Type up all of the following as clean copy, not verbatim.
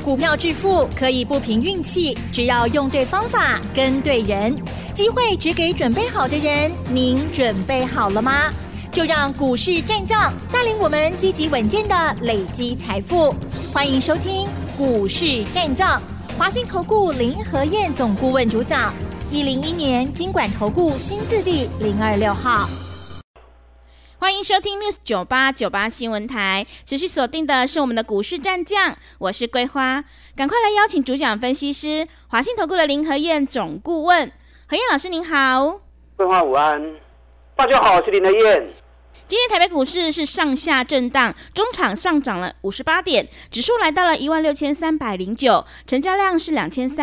股票致富可以不凭运气，只要用对方法、跟对人。机会只给准备好的人，您准备好了吗？就让股市战将带领我们积极稳健的累积财富。欢迎收听股市战将，华信投顾林和彥总顾问主讲，101年金管投顾新字第026号。 欢迎收听 News 9898新闻台，持续锁定的是我们的股市战将，我是桂花，赶快来邀请主讲分析师华信投顾的林和彥总顾问，和彥老师您好。 桂花午安，大家好，我是林和彥。 今天台北股市是上下震荡，中场上涨了58点，指数来到了16309，成交量是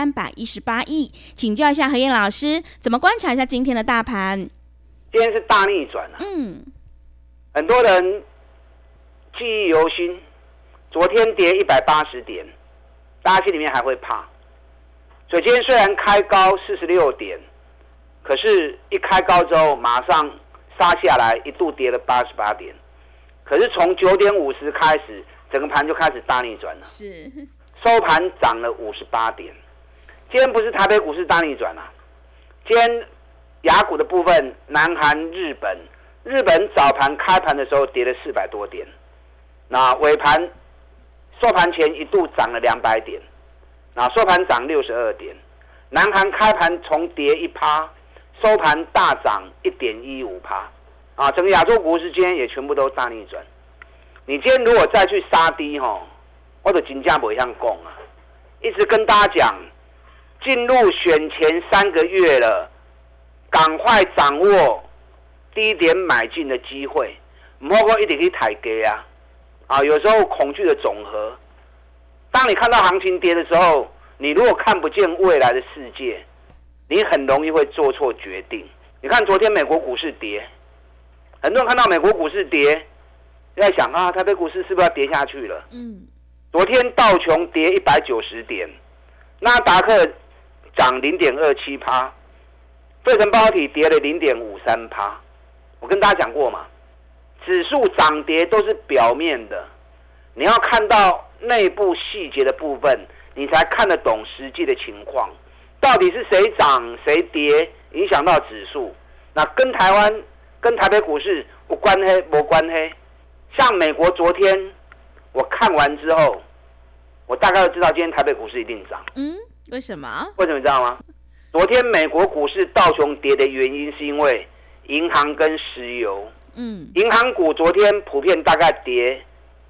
2318亿。请教一下和彥老师，怎么观察一下今天的大盘？ 今天是大逆转啊。很多人记忆犹新，昨天跌180点，大家心里面还会怕。所以今天虽然开高46点，可是一开高之后马上杀下来，一度跌了88点。可是从9点50开始，整个盘就开始大逆转了。 是， 收盘涨了58点。今天不是台北股市大逆转啊，今天亚股的部分，南韩、日本早盘开盘的时候跌了400多点，那尾盘收盘前一度涨了200点，那收盘涨62点。南韩开盘重跌1%，收盘大涨1.15%，啊，整个亚洲股市今天也全部都大逆转。你今天如果再去杀低我就真的不会这样讲啊，一直跟大家讲，进入选前3个月了，赶快掌握低点买进的机会，不好一直去抬价啊！有时候恐惧的总和。当你看到行情跌的时候，你如果看不见未来的世界，你很容易会做错决定。你看昨天美国股市跌，很多人看到美国股市跌，就在想啊，台北股市是不是要跌下去了？昨天道琼跌190点，纳达克涨0.27%，费城半导体跌了0.53%。我跟大家讲过嘛，指数涨跌都是表面的，你要看到内部细节的部分，你才看得懂实际的情况，到底是谁涨谁跌影响到指数。那跟台湾跟台北股市有关系没关系？像美国昨天我看完之后，我大概就知道今天台北股市一定涨。 为什么？ 为什么你知道吗？昨天美国股市道琼跌的原因是因为银行跟石油，银行股昨天普遍大概跌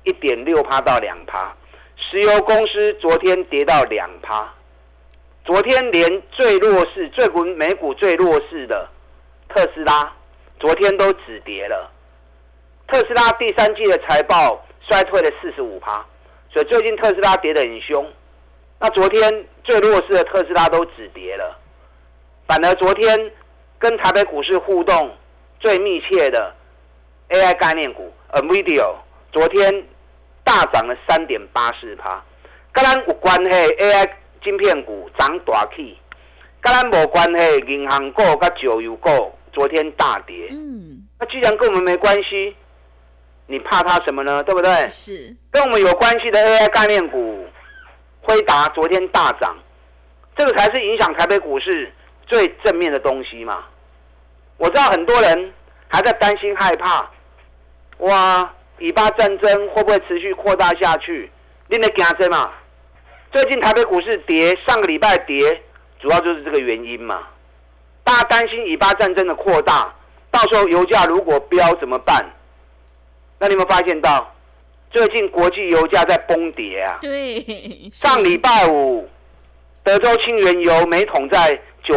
1.6%到2%，石油公司昨天跌到2%。昨天连最弱势、美股最弱势的特斯拉，昨天都止跌了。特斯拉第3季的财报衰退了45%，所以最近特斯拉跌得很凶。那昨天最弱势的特斯拉都止跌了，反而昨天跟台北股市互动最密切的 AI 概念股 NVIDIA 昨天大涨了3.84%，跟咱有关系 AI 晶片股涨大起，跟咱没关系银行股跟石油股昨天大跌。那既然跟我们没关系，你怕它什么呢？对不对？ 是跟我们有关系的 AI 概念股，辉达昨天大涨，这个才是影响台北股市最正面的东西嘛。我知道很多人还在担心害怕，哇，以巴战争会不会持续扩大下去？你在惊什么？最近台北股市跌，上个礼拜跌，主要就是这个原因嘛。大家担心以巴战争的扩大，到时候油价如果飙怎么办？那你有没有发现到，最近国际油价在崩跌啊？ 对， 上礼拜五，德州轻原油每桶在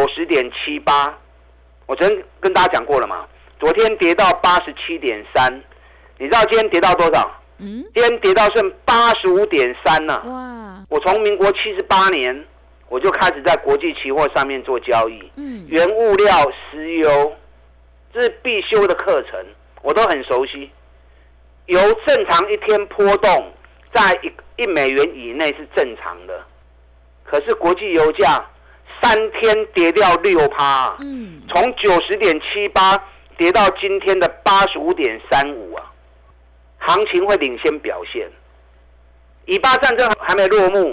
90.78。我曾经跟大家讲过了嘛，昨天跌到87.3，你知道今天跌到多少？今天跌到剩85.3了。 哇！ 我从民国78年我就开始在国际期货上面做交易，原物料、石油，这是必修的课程，我都很熟悉。油正常一天波动在1美元以内是正常的，可是国际油价3天跌掉6%，从90.78跌到今天的85.35啊，行情会领先表现。以巴战争还没落幕，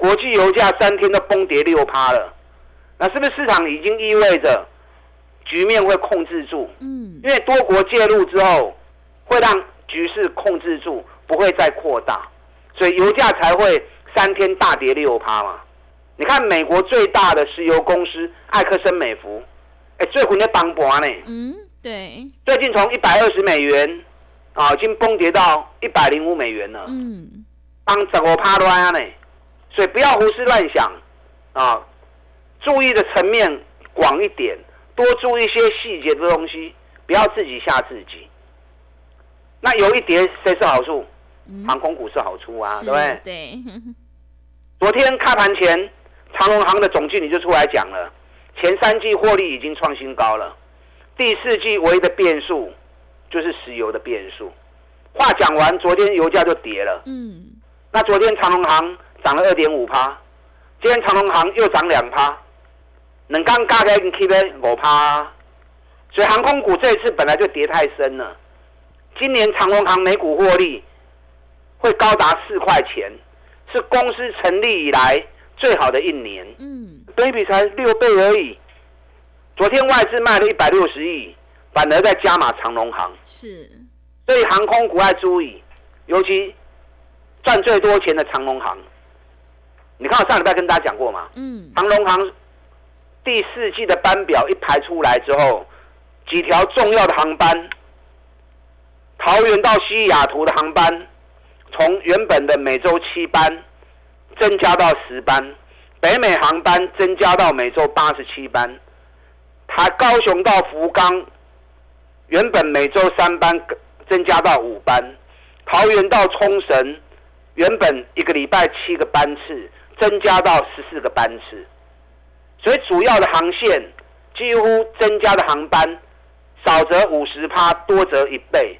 国际油价3天都崩跌6%了，那是不是市场已经意味着局面会控制住？因为多国介入之后，会让局势控制住，不会再扩大，所以油价才会3天大跌6%嘛。你看美国最大的石油公司埃克森美孚，最近在崩盘呢。 对， 最近从120美元已经崩跌到105美元了。帮15%乱呢，所以不要胡思乱想啊，注意的层面广一点，多注意一些细节的东西，不要自己吓自己。那有一跌谁是好处？航空股是好处啊，对不对？ 对。 昨天开盘前，长荣航的总经理就出来讲了，前3季获利已经创新高了，第4季唯一的变数就是石油的变数。话讲完，昨天油价就跌了。那昨天长荣航涨了2.5%，今天长荣航又涨2%，两天加起来已经起了5%，所以航空股这一次本来就跌太深了。今年长荣航每股获利会高达4块钱，是公司成立以来最好的一年。本益比才6倍而已。昨天外资卖了160亿，反而在加码长荣航。 是， 所以航空股要注意，尤其赚最多钱的长荣航。你看我上礼拜跟大家讲过嘛，长荣航第4季的班表一排出来之后，几条重要的航班，桃园到西雅图的航班，从原本的每周7班增加到10班，北美航班增加到每周87班，高雄到福冈原本每周3班增加到5班，桃园到冲绳原本1个礼拜7个班次增加到14个班次，所以主要的航线几乎增加的航班少则50%，多则1倍。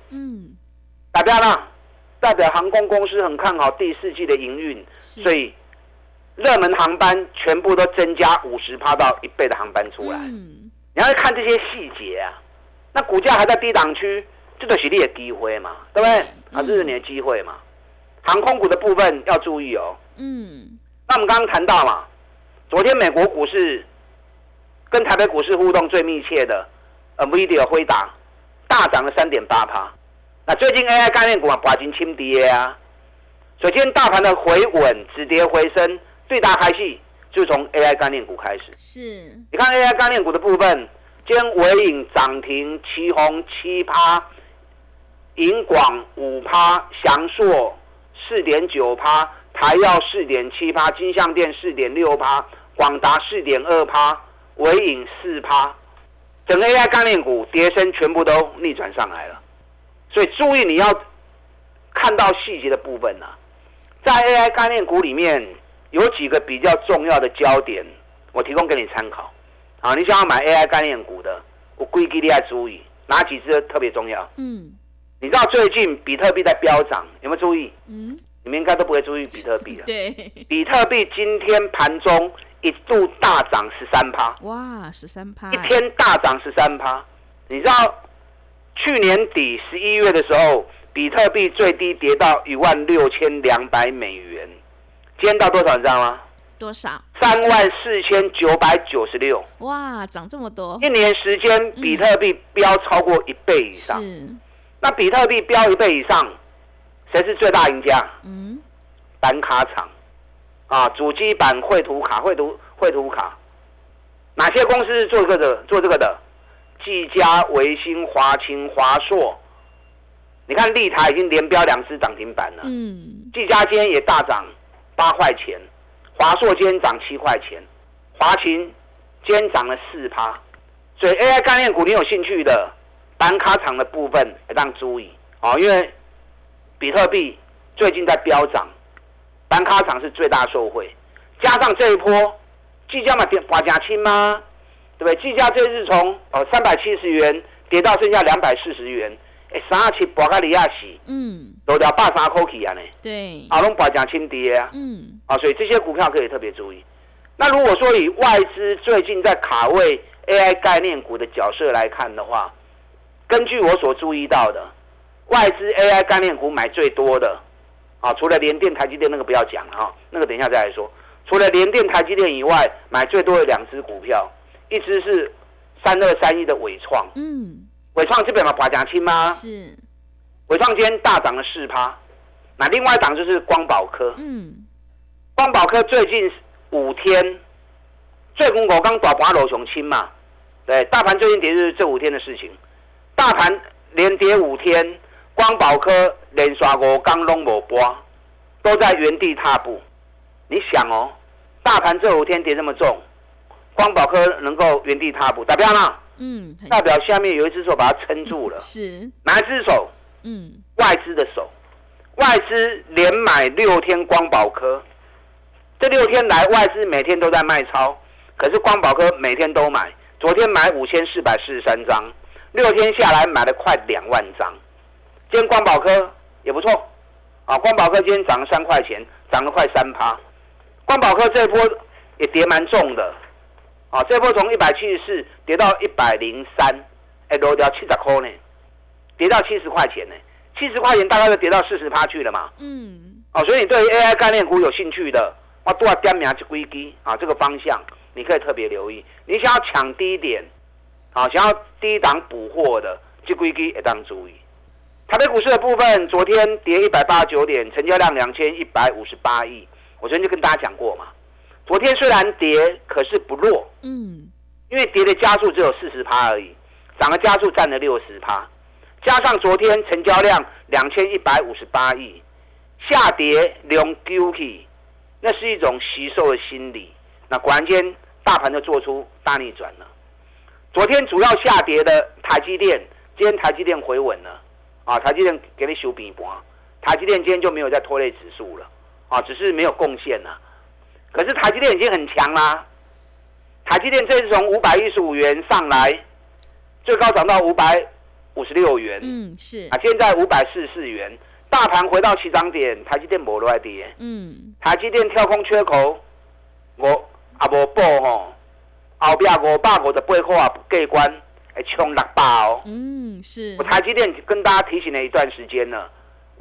代表航空公司很看好第4季的营运，所以热门航班全部都增加50%到1倍的航班出来。你要看这些细节啊，那股价还在低档区，这就是你的机会嘛，对不对？这是你的机会嘛。航空股的部分要注意哦。那我们刚刚谈到嘛，昨天美国股市跟台北股市互动最密切的 NVIDIA 辉达大涨了3.8%。那最近 AI 概念股把金轻跌啊，所以今天大盘的回稳止跌回升，最大开戏就从 AI 概念股开始。 是， 你看 AI 概念股的部分，今天伟影涨停，奇鋐7%，银广5%，祥硕4.9%，台耀4.7%，金像电4.6%，广达4.2%，伟影4%，整个 AI 概念股跌升全部都逆转上来了。所以注意你要看到细节的部分啊，在 AI 概念股里面有几个比较重要的焦点，我提供给你参考。你想要买 AI 概念股的，我规矩你要注意哪几只特别重要。你知道最近比特币在飙涨，有没有注意？你们应该都不会注意比特币了。 对， 比特币今天盘中一度大涨13%。 哇，13%！ 一天大涨13%。你知道去年底11月的时候，比特币最低跌到16200美元，今天到多少你知道吗？ 多少 ？34996。 哇，涨这么多！ 一年时间，比特币飙超过1倍以上。那比特币飙1倍以上，谁是最大赢家？板卡厂主机板、绘图卡、绘图卡，哪些公司是做这个的？技嘉、微星、华擎、华硕。你看立台已经连标2只涨停板了。技嘉今天也大涨8块钱，华硕今天涨7块钱，华擎今天涨了4%。所以 AI 概念股你有兴趣的，板卡厂的部分也当注意因为比特币最近在飙涨，板卡厂是最大受惠，加上这一波技嘉嘛跌华加轻吗？对不对？技嘉这次从370元跌到剩下240元，37博卡利亚洗，都要83块起啊呢。 对， 拢博价轻跌啊。所以这些股票可以特别注意。那如果说以外资最近在卡位 AI 概念股的角色来看的话，根据我所注意到的，外资 AI 概念股买最多的除了联电、台积电那个不要讲了那个等一下再来说。 除了联电、台积电以外，买最多的2只股票，一只是3231的伟创，伟创这边嘛，拔奖轻吗？ 是， 伟创今天大涨了4%，那另外一档就是光宝科，光宝科最近5天，最近5天大盘落上轻嘛，对，大盘最近跌就是这5天的事情，大盘连跌5天，光宝科连续5天拢无波，都在原地踏步。你想哦，大盘这5天跌这么重，光宝科能够原地踏步，代表呢？代表下面有一只手把它撑住了。 是哪一只手？外资的手。外资连买6天光宝科，这6天来外资每天都在卖超，可是光宝科每天都买。昨天买5443张，6天下来买了快2万张。今天光宝科也不错啊，光宝科今天涨了3块钱，涨了快3%。光宝科这一波也跌蛮重的。这波从174跌到103，落掉70块呢，跌到70块钱呢，70块钱大概就跌到40%去了嘛。所以你对 AI 概念股有兴趣的，我多点名这几支这个方向你可以特别留意。你想要抢低点，想要低档补货的这几支也当注意。台北股市的部分，昨天跌189点，成交量2158亿。我昨天就跟大家讲过嘛。昨天虽然跌，可是不弱，因为跌的加速只有40%而已，涨的加速占了60%，加上昨天成交量2158亿，下跌2丢起，那是一种惜售的心理。那果然间大盘就做出大逆转了。昨天主要下跌的台积电，今天台积电回稳了，台积电给你收平盘，台积电今天就没有再拖累指数了，只是没有贡献了。可是台积电已经很强啦，台积电这次从515元上来，最高涨到556元， 是现在544元，大盘回到起涨点，台积电没落来跌，台积电跳空缺口，我也无报吼，后边558块过关，会冲600哦， 是。 我台积电跟大家提醒了一段时间了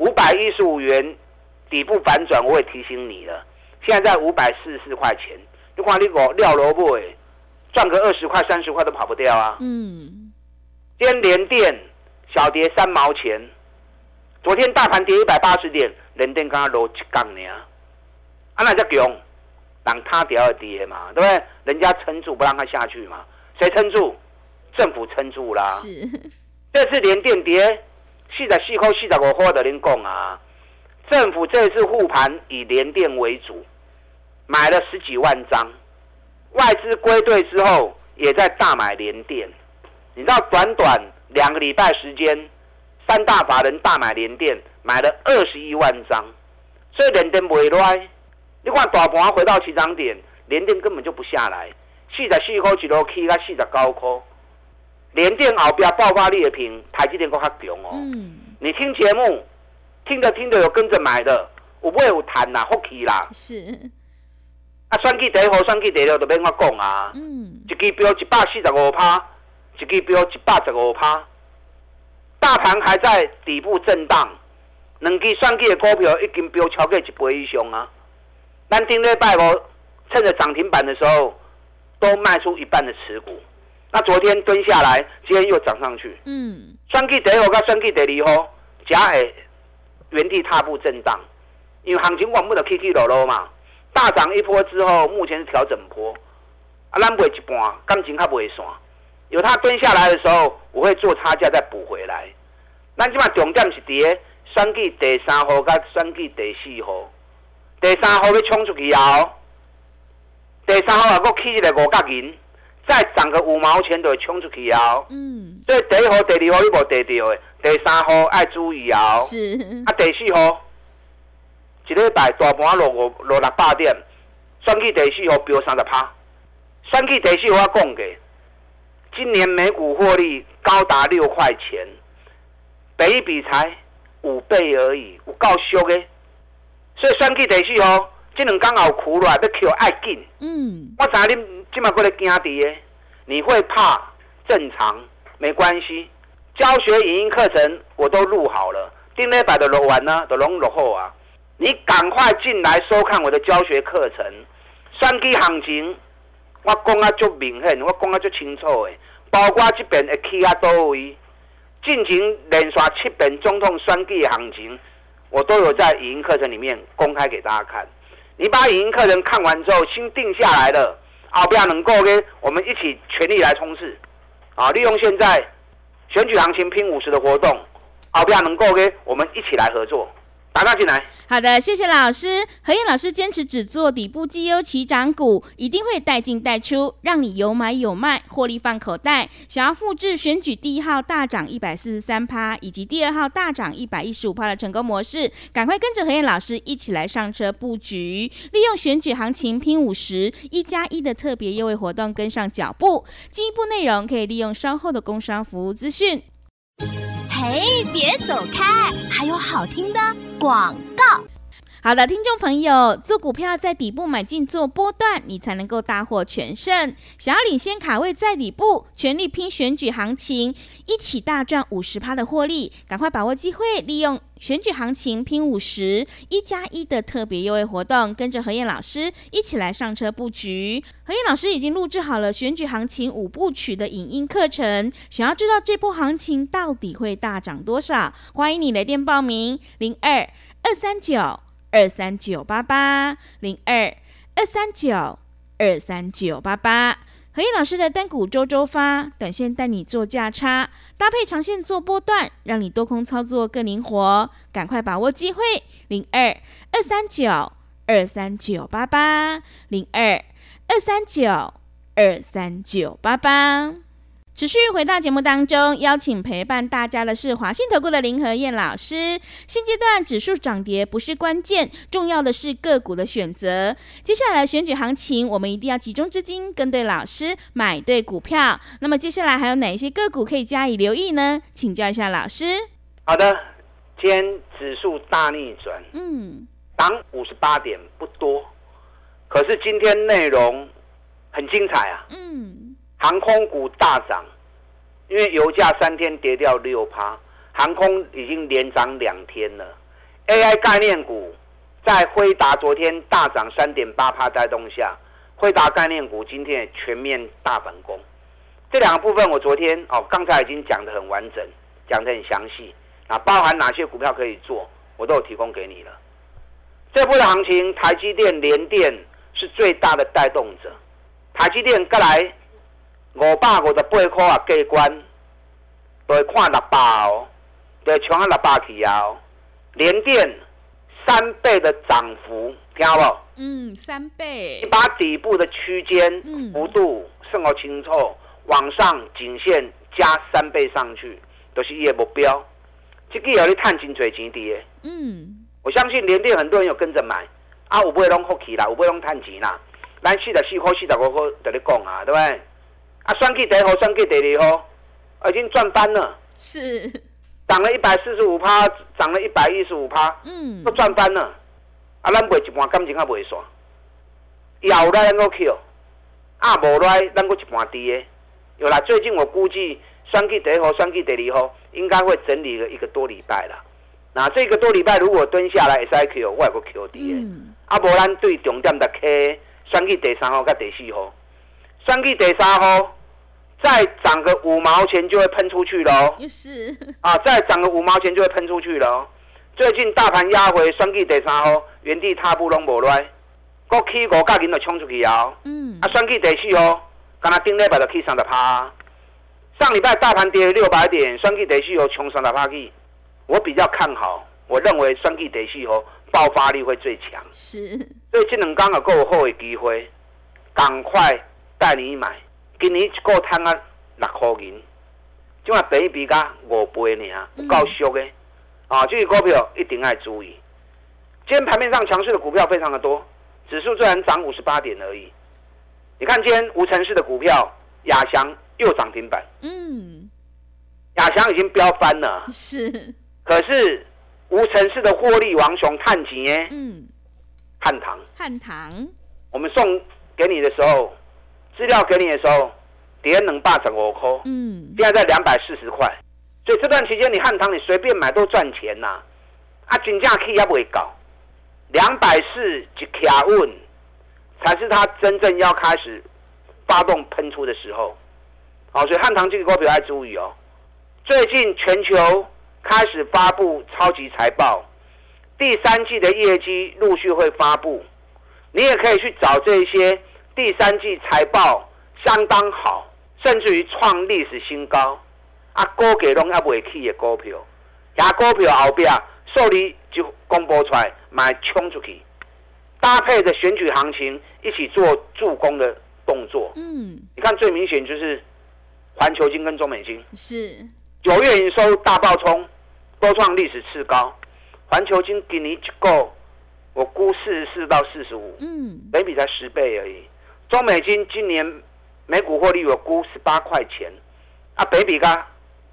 ，515元底部反转，我也提醒你了。现在在544块钱，你看你料萝卜赚个20块30块都跑不掉啊。今天联电小跌3毛钱，昨天大盘跌180点，联电刚刚落1杠呢。那叫强，让它跌而跌嘛，对不对？人家撑住不让它下去嘛，谁撑住？政府撑住啦。 是。 这次联电跌44块45块的您讲啊。政府这次护盘以联电为主，买了10几万张，外资归队之后也在大买联电。你知道短短2个礼拜时间，3大法人大买联电，买了21万张，所以联电不会乱。你看大盘回到起涨点，联电根本就不下来，44块一路起到49块。联电后边爆发力的平，台积电更较强哦。你听节目。听着有跟着买的，有买有赚啦，福气啦。 是。 选举第1号、选举第2就免我讲啊。一支标145%，一支标115%。大盘还在底部震荡，2支选举的股票已经飙超过1倍以上啊。咱顶礼拜五趁着涨停板的时候，都卖出一半的持股。那昨天蹲下来，今天又涨上去。选举第1号跟选举第2号，加会原地踏步震荡，因为行情往不得起起落落嘛。大涨一波之后，目前是调整波，咱卖一半，感情较袂散。有它蹲下来的时候，我会做差价再补回来。咱即马重点是伫个选举第3号甲选举第4号。第3号要冲出去后，第3号也佫起一个5角银，再涨个5毛钱就会冲出去后。所以第1号、第2号你无得到的。第3号要注意哦， 是第4号一礼拜大盘落600点，选举第4号飙30%。选举第4号我讲过，今年每股获利高达6块钱，本益比才5倍而已，有够俗的。所以选举第4号这2天后苦来要扣爱紧。我知道你今麦过来惊伫的，你会怕正常，没关系。教学影音课程我都录好了，顶礼拜就录完了，就拢录好啊。你赶快进来收看我的教学课程， 选举行情，我讲啊足明显，我讲啊足清楚的，包括这边会去啊倒位，进行连续7遍总统选举的行情，我都有在语音课程里面公开给大家看。你把语音课程看完之后，心定下来了，后边能够跟我们一起全力来冲刺，利用现在选举行情拼50的活动，后边能够跟我们一起来合作。打进来。 好的，谢谢老师。和晏老师坚持只做底部绩优起涨股，一定会带进带出，让你有买有卖，获利放口袋。想要复制选举第1号大涨143%以及第2号大涨115%的成功模式，赶快跟着和晏老师一起来上车布局，利用选举行情拼50+1的特别优惠活动跟上脚步。进一步内容可以利用稍后的工商服务资讯。 嘿，别走开，还有好听的广告。 好的，听众朋友，做股票在底部买进做波段，你才能够大获全胜。想要领先卡位在底部，全力拼选举行情，一起大赚50%的获利，赶快把握机会，利用选举行情拼50+1的特别优惠活动，跟着和晏老师一起来上车布局。和晏老师已经录制好了选举行情5部曲的影音课程，想要知道这波行情到底会大涨多少，欢迎你来电报名02-239-23988，02-239-23988。和晏老师的单股周周发，短线带你做价差，搭配长线做波段，让你多空操作更灵活。赶快把握机会，02-239-23988，02-239-23988。持续回到节目当中，邀请陪伴大家的是华信投顾的林和晏老师。现阶段指数涨跌不是关键，重要的是个股的选择。接下来选举行情，我们一定要集中资金，跟对老师，买对股票。那么接下来还有哪一些个股可以加以留意呢？请教一下老师。 好的，今天指数大逆转，涨58点不多，可是今天内容很精彩啊。航空股大涨，因为油价3天跌掉6%，航空已经连涨2天了。AI 概念股在辉达昨天大涨3.8%带动下，辉达概念股今天也全面大反攻。这两个部分我昨天刚才已经讲得很完整，讲得很详细，包含哪些股票可以做，我都有提供给你了。这波的行情，台积电、联电是最大的带动者。台积电再来558块啊，过关都会看600哦，都会冲到600去啊。联电3倍的涨幅，听到不 ？3倍。 你把底部的区间幅度算好清楚，往上颈线加3倍上去，都是伊的目标。这个有你赚真多钱的。我相信联电很多人有跟着买，有买拢福气啦，有买拢赚钱啦。咱44块、45块在你讲啊，对不对？选举第1号、选举第2号，已经赚翻了。 是， 涨了145%，涨了115%，都赚翻了。咱卖一半感情还卖煞，有来咱个 Q， 无来咱个一半低的。有啦，最近我估计选举第1号、选举第2号应该会整理了1个多礼拜了。那这个多礼拜如果蹲下来会使 Q， 我也会 Q 低的。无咱对重点的 K 选举第3号跟第4号。选举第3号再涨个5毛钱就会喷出去了是再涨个5毛钱就会喷出去了最近大盘压回，选举第3号原地踏步拢无来，国起5角银就冲出去啊！选举第4号，刚才顶礼拜就起30%，上礼拜大盘跌600点，选举第4号冲30%去，我比较看好，我认为选举第4号爆发力会最强。 是， 所以这2天有好的机会，赶快带你买。今年一个赚啊6块银，现在本益比才5倍尔，有够俗的。这个股票一定要注意。今天盘面上强势的股票非常的多，指数虽然涨58点而已。你看今天无尘室的股票，亚翔又涨停板。亚翔已经飙翻了。 是。 可是无尘室的获利王熊探钱耶。汉唐。我们送给你的时候。资料给你的时候，跌215块，现在在240块，所以这段期间你汉唐你随便买都赚钱呐，真正起也未到，240一卡稳， 才是它真正要开始发动喷出的时候。好，所以汉唐这个股票要注意哦。最近全球开始发布超级财报，第3季的业绩陆续会发布，你也可以去找这些第3季财报相当好，甚至于创历史新高啊，股价拢还未起的股票，遐股票后边受理就公布出来，买冲出去，搭配着选举行情一起做助攻的动作。你看最明显就是环球金跟中美金， 是 9月营收大爆冲，都创历史次高。环球金今年一个我估44到45，每比才10倍而已。中美金今年每股获利我估18块钱，啊，北比噶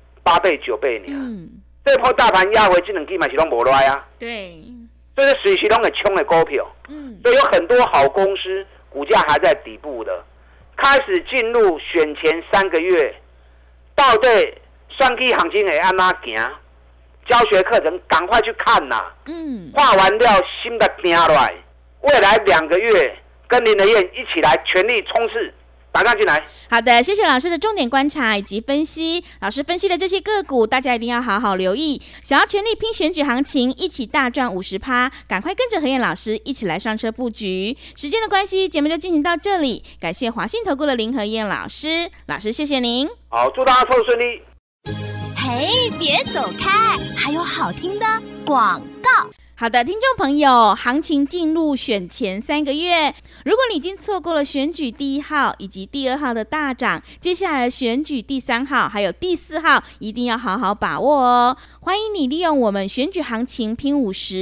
8倍9倍呢。这波大盘压回这两支嘛是拢无赖啊。 对， 所以随时拢会冲的股票。所以有很多好公司股价还在底部的，开始进入选前3个月，到底选举行情会安怎行？教学课程赶快去看呐！画完料心的行来，未来2个月跟林德燕一起来全力冲刺，打上进来。 好的，谢谢老师的重点观察以及分析。老师分析的这些个股，大家一定要好好留意。想要全力拼选举行情，一起大赚50%，赶快跟着何燕老师一起来上车布局。时间的关系，节目就进行到这里。感谢华信投顾的林何燕老师，老师谢谢您。 好，祝大家投资顺利。 嘿，别走开，还有好听的广告。 好的，听众朋友，行情进入选前3个月，如果你已经错过了选举第1号以及第2号的大涨，接下来选举第3号还有第4号，一定要好好把握哦。欢迎你利用我们选举行情拼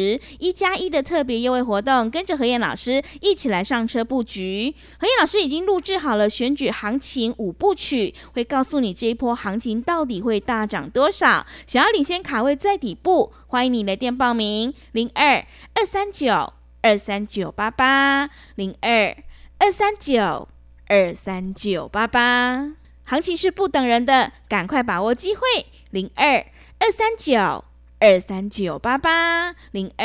50+1的特别优惠活动，跟着何燕老师一起来上车布局。何燕老师已经录制好了选举行情5部曲，会告诉你这一波行情到底会大涨多少。想要领先卡位在底部，欢迎你来电报名02-239-23988 02-239-23988。行情是不等人的，赶快把握机会。02-239-23988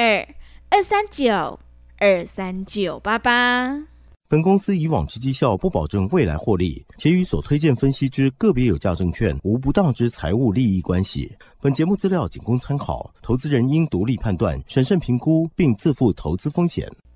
02-239-23988。 本公司以往之绩效不保证未来获利，且与所推荐分析之个别有价证券无不当之财务利益关系。本节目资料仅供参考，投资人应独立判断、审慎评估，并自负投资风险。